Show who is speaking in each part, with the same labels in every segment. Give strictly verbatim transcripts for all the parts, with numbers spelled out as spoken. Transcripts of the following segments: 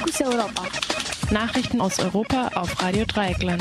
Speaker 1: Fokus Europa.
Speaker 2: Nachrichten aus Europa auf Radio Dreieckland.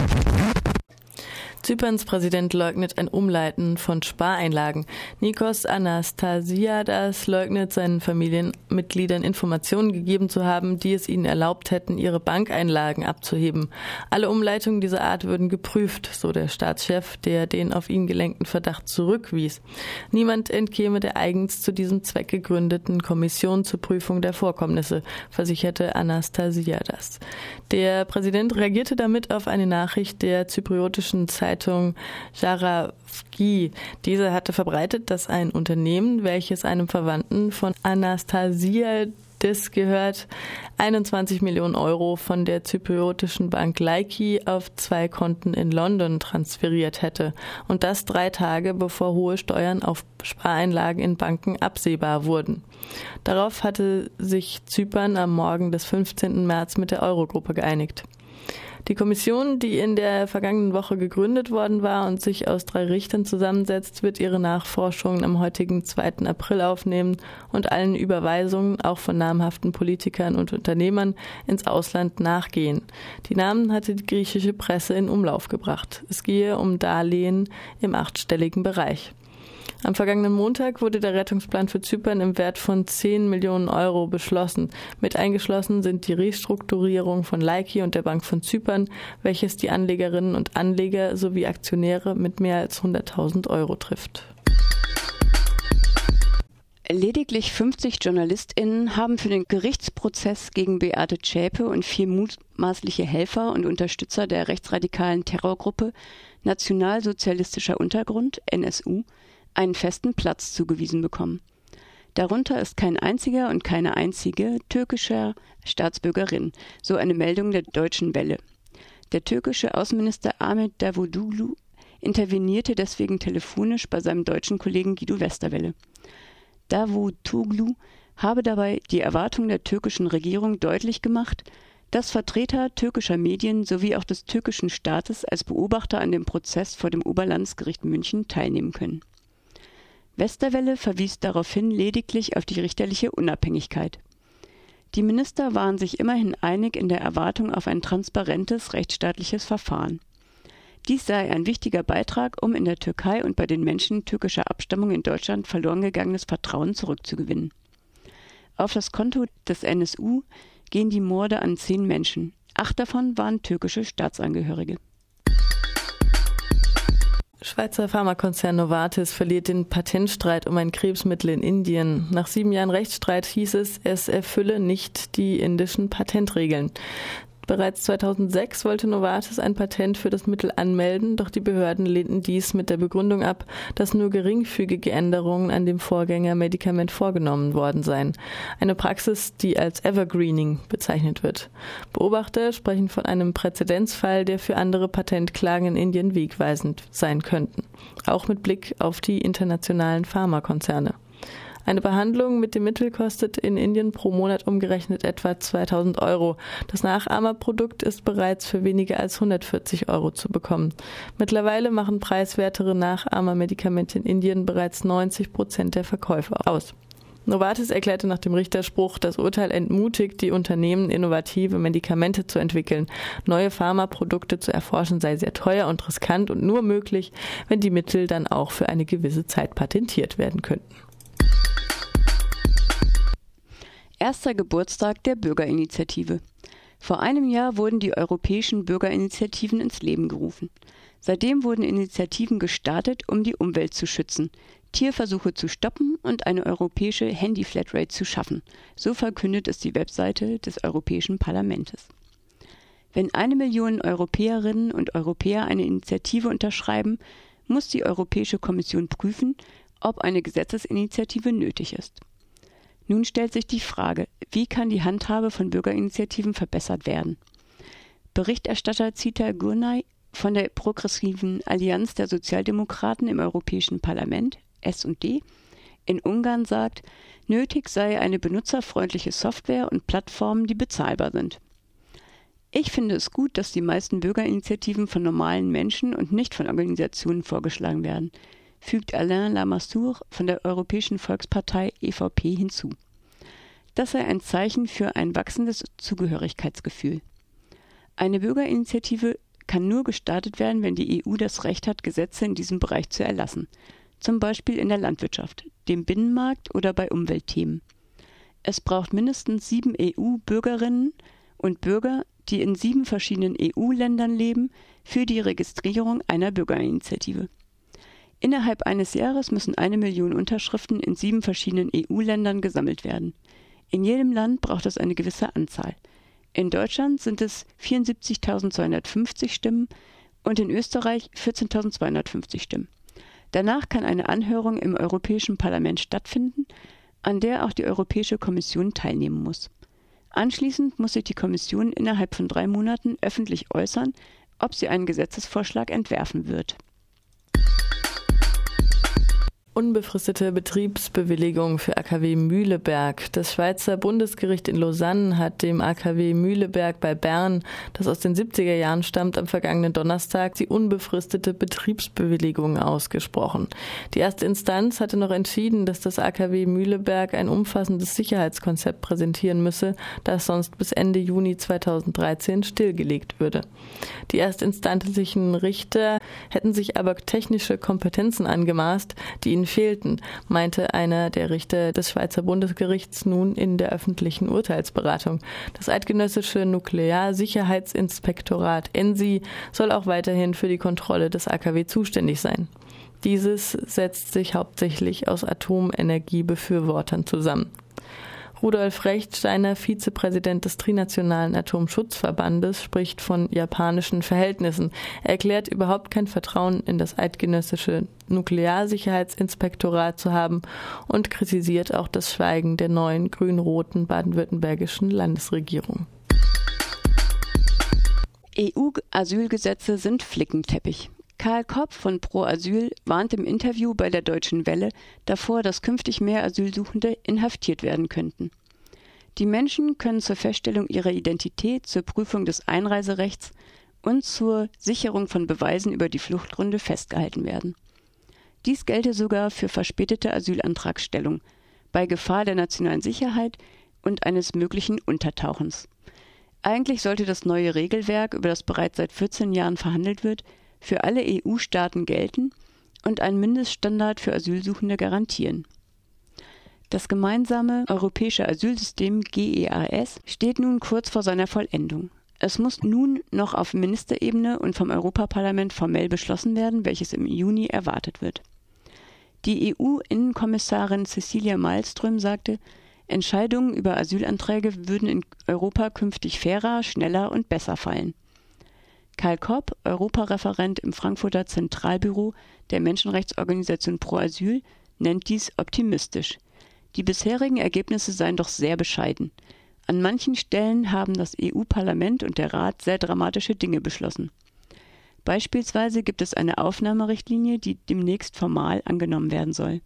Speaker 3: Zyperns Präsident leugnet ein Umleiten von Spareinlagen. Nikos Anastasiadas leugnet, seinen Familienmitgliedern Informationen gegeben zu haben, die es ihnen erlaubt hätten, ihre Bankeinlagen abzuheben. Alle Umleitungen dieser Art würden geprüft, so der Staatschef, der den auf ihn gelenkten Verdacht zurückwies. Niemand entkäme der eigens zu diesem Zweck gegründeten Kommission zur Prüfung der Vorkommnisse, versicherte Anastasiadas. Der Präsident reagierte damit auf eine Nachricht der zypriotischen Zeitung Jarafki. Diese hatte verbreitet, dass ein Unternehmen, welches einem Verwandten von Anastasiades gehört, einundzwanzig Millionen Euro von der zypriotischen Bank Laiki auf zwei Konten in London transferiert hätte. Und das drei Tage, bevor hohe Steuern auf Spareinlagen in Banken absehbar wurden. Darauf hatte sich Zypern am Morgen des fünfzehnten März mit der Eurogruppe geeinigt. Die Kommission, die in der vergangenen Woche gegründet worden war und sich aus drei Richtern zusammensetzt, wird ihre Nachforschungen am heutigen zweiten April aufnehmen und allen Überweisungen, auch von namhaften Politikern und Unternehmern, ins Ausland nachgehen. Die Namen hatte die griechische Presse in Umlauf gebracht. Es gehe um Darlehen im achtstelligen Bereich. Am vergangenen Montag wurde der Rettungsplan für Zypern im Wert von zehn Millionen Euro beschlossen. Mit eingeschlossen sind die Restrukturierung von Laiki und der Bank von Zypern, welches die Anlegerinnen und Anleger sowie Aktionäre mit mehr als hunderttausend Euro trifft.
Speaker 4: Lediglich fünfzig JournalistInnen haben für den Gerichtsprozess gegen Beate Zschäpe und vier mutmaßliche Helfer und Unterstützer der rechtsradikalen Terrorgruppe Nationalsozialistischer Untergrund, N S U, einen festen Platz zugewiesen bekommen. Darunter ist kein einziger und keine einzige türkischer Staatsbürgerin, so eine Meldung der Deutschen Welle. Der türkische Außenminister Ahmet Davutoglu intervenierte deswegen telefonisch bei seinem deutschen Kollegen Guido Westerwelle. Davutoglu habe dabei die Erwartungen der türkischen Regierung deutlich gemacht, dass Vertreter türkischer Medien sowie auch des türkischen Staates als Beobachter an dem Prozess vor dem Oberlandesgericht München teilnehmen können. Westerwelle verwies daraufhin lediglich auf die richterliche Unabhängigkeit. Die Minister waren sich immerhin einig in der Erwartung auf ein transparentes rechtsstaatliches Verfahren. Dies sei ein wichtiger Beitrag, um in der Türkei und bei den Menschen türkischer Abstammung in Deutschland verloren gegangenes Vertrauen zurückzugewinnen. Auf das Konto des N S U gehen die Morde an zehn Menschen. Acht davon waren türkische Staatsangehörige.
Speaker 3: Schweizer Pharmakonzern Novartis verliert den Patentstreit um ein Krebsmittel in Indien. Nach sieben Jahren Rechtsstreit hieß es, es erfülle nicht die indischen Patentregeln. Bereits zweitausendsechs wollte Novartis ein Patent für das Mittel anmelden, doch die Behörden lehnten dies mit der Begründung ab, dass nur geringfügige Änderungen an dem Vorgängermedikament vorgenommen worden seien. Eine Praxis, die als Evergreening bezeichnet wird. Beobachter sprechen von einem Präzedenzfall, der für andere Patentklagen in Indien wegweisend sein könnten. Auch mit Blick auf die internationalen Pharmakonzerne. Eine Behandlung mit dem Mittel kostet in Indien pro Monat umgerechnet etwa zweitausend Euro. Das Nachahmerprodukt ist bereits für weniger als hundertvierzig Euro zu bekommen. Mittlerweile machen preiswertere Nachahmermedikamente in Indien bereits neunzig Prozent der Verkäufe aus. Novartis erklärte nach dem Richterspruch, das Urteil entmutigt die Unternehmen, innovative Medikamente zu entwickeln. Neue Pharmaprodukte zu erforschen sei sehr teuer und riskant und nur möglich, wenn die Mittel dann auch für eine gewisse Zeit patentiert werden könnten.
Speaker 4: Erster Geburtstag der Bürgerinitiative. Vor einem Jahr wurden die europäischen Bürgerinitiativen ins Leben gerufen. Seitdem wurden Initiativen gestartet, um die Umwelt zu schützen, Tierversuche zu stoppen und eine europäische Handy-Flatrate zu schaffen. So verkündet es die Webseite des Europäischen Parlaments. Wenn eine Million Europäerinnen und Europäer eine Initiative unterschreiben, muss die Europäische Kommission prüfen, ob eine Gesetzesinitiative nötig ist. Nun stellt sich die Frage, wie kann die Handhabe von Bürgerinitiativen verbessert werden? Berichterstatter Zita Gurnay von der Progressiven Allianz der Sozialdemokraten im Europäischen Parlament, S und D, in Ungarn sagt, nötig sei eine benutzerfreundliche Software und Plattformen, die bezahlbar sind. Ich finde es gut, dass die meisten Bürgerinitiativen von normalen Menschen und nicht von Organisationen vorgeschlagen werden, fügt Alain Lamassoure von der Europäischen Volkspartei E V P hinzu. Das sei ein Zeichen für ein wachsendes Zugehörigkeitsgefühl. Eine Bürgerinitiative kann nur gestartet werden, wenn die E U das Recht hat, Gesetze in diesem Bereich zu erlassen, zum Beispiel in der Landwirtschaft, dem Binnenmarkt oder bei Umweltthemen. Es braucht mindestens sieben E U-Bürgerinnen und Bürger, die in sieben verschiedenen E U-Ländern leben, für die Registrierung einer Bürgerinitiative. Innerhalb eines Jahres müssen eine Million Unterschriften in sieben verschiedenen E U-Ländern gesammelt werden. In jedem Land braucht es eine gewisse Anzahl. In Deutschland sind es vierundsiebzigtausendzweihundertfünfzig Stimmen und in Österreich vierzehntausendzweihundertfünfzig Stimmen. Danach kann eine Anhörung im Europäischen Parlament stattfinden, an der auch die Europäische Kommission teilnehmen muss. Anschließend muss sich die Kommission innerhalb von drei Monaten öffentlich äußern, ob sie einen Gesetzesvorschlag entwerfen wird.
Speaker 3: Unbefristete Betriebsbewilligung für A K W Mühleberg. Das Schweizer Bundesgericht in Lausanne hat dem A K W Mühleberg bei Bern, das aus den siebziger Jahren stammt, am vergangenen Donnerstag die unbefristete Betriebsbewilligung ausgesprochen. Die erste Instanz hatte noch entschieden, dass das A K W Mühleberg ein umfassendes Sicherheitskonzept präsentieren müsse, das sonst bis Ende Juni zweitausenddreizehn stillgelegt würde. Die erstinstanzlichen Richter hätten sich aber technische Kompetenzen angemaßt, die ihnen fehlten, meinte einer der Richter des Schweizer Bundesgerichts nun in der öffentlichen Urteilsberatung. Das eidgenössische Nuklearsicherheitsinspektorat E N S I soll auch weiterhin für die Kontrolle des A K W zuständig sein. Dieses setzt sich hauptsächlich aus Atomenergiebefürwortern zusammen. Rudolf Rechtsteiner, Vizepräsident des Trinationalen Atomschutzverbandes, spricht von japanischen Verhältnissen. Er erklärt, überhaupt kein Vertrauen in das eidgenössische Nuklearsicherheitsinspektorat zu haben und kritisiert auch das Schweigen der neuen grün-roten baden-württembergischen Landesregierung.
Speaker 4: E U-Asylgesetze sind Flickenteppich. Karl Kopp von Pro Asyl warnt im Interview bei der Deutschen Welle davor, dass künftig mehr Asylsuchende inhaftiert werden könnten. Die Menschen können zur Feststellung ihrer Identität, zur Prüfung des Einreiserechts und zur Sicherung von Beweisen über die Fluchtgründe festgehalten werden. Dies gelte sogar für verspätete Asylantragstellung, bei Gefahr der nationalen Sicherheit und eines möglichen Untertauchens. Eigentlich sollte das neue Regelwerk, über das bereits seit vierzehn Jahren verhandelt wird, für alle E U-Staaten gelten und einen Mindeststandard für Asylsuchende garantieren. Das gemeinsame europäische Asylsystem G E A S steht nun kurz vor seiner Vollendung. Es muss nun noch auf Ministerebene und vom Europaparlament formell beschlossen werden, welches im Juni erwartet wird. Die E U-Innenkommissarin Cecilia Malmström sagte, Entscheidungen über Asylanträge würden in Europa künftig fairer, schneller und besser fallen. Karl Kopp, Europareferent im Frankfurter Zentralbüro der Menschenrechtsorganisation Pro Asyl, nennt dies optimistisch. Die bisherigen Ergebnisse seien doch sehr bescheiden. An manchen Stellen haben das E U-Parlament und der Rat sehr dramatische Dinge beschlossen. Beispielsweise gibt es eine Aufnahmerichtlinie, die demnächst formal angenommen werden soll.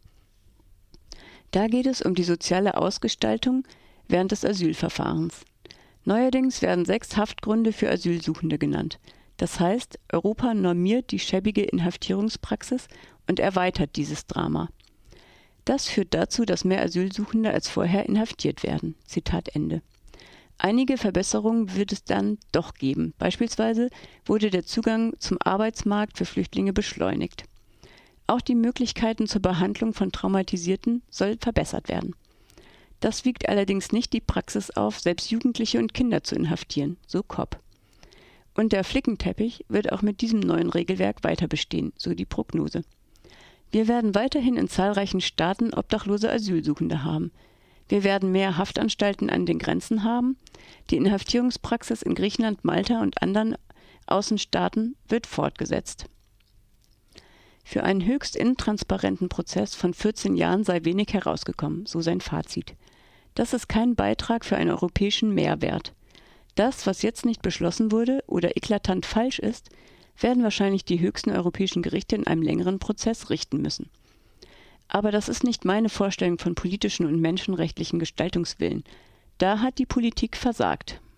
Speaker 4: Da geht es um die soziale Ausgestaltung während des Asylverfahrens. Neuerdings werden sechs Haftgründe für Asylsuchende genannt. Das heißt, Europa normiert die schäbige Inhaftierungspraxis und erweitert dieses Drama. Das führt dazu, dass mehr Asylsuchende als vorher inhaftiert werden. Zitat Ende. Einige Verbesserungen wird es dann doch geben. Beispielsweise wurde der Zugang zum Arbeitsmarkt für Flüchtlinge beschleunigt. Auch die Möglichkeiten zur Behandlung von Traumatisierten soll verbessert werden. Das wiegt allerdings nicht die Praxis auf, selbst Jugendliche und Kinder zu inhaftieren, so Kopp. Und der Flickenteppich wird auch mit diesem neuen Regelwerk weiter bestehen, so die Prognose. Wir werden weiterhin in zahlreichen Staaten obdachlose Asylsuchende haben. Wir werden mehr Haftanstalten an den Grenzen haben. Die Inhaftierungspraxis in Griechenland, Malta und anderen Außenstaaten wird fortgesetzt. Für einen höchst intransparenten Prozess von vierzehn Jahren sei wenig herausgekommen, so sein Fazit. Das ist kein Beitrag für einen europäischen Mehrwert. Das, was jetzt nicht beschlossen wurde oder eklatant falsch ist, werden wahrscheinlich die höchsten europäischen Gerichte in einem längeren Prozess richten müssen. Aber das ist nicht meine Vorstellung von politischen und menschenrechtlichen Gestaltungswillen. Da hat die Politik versagt.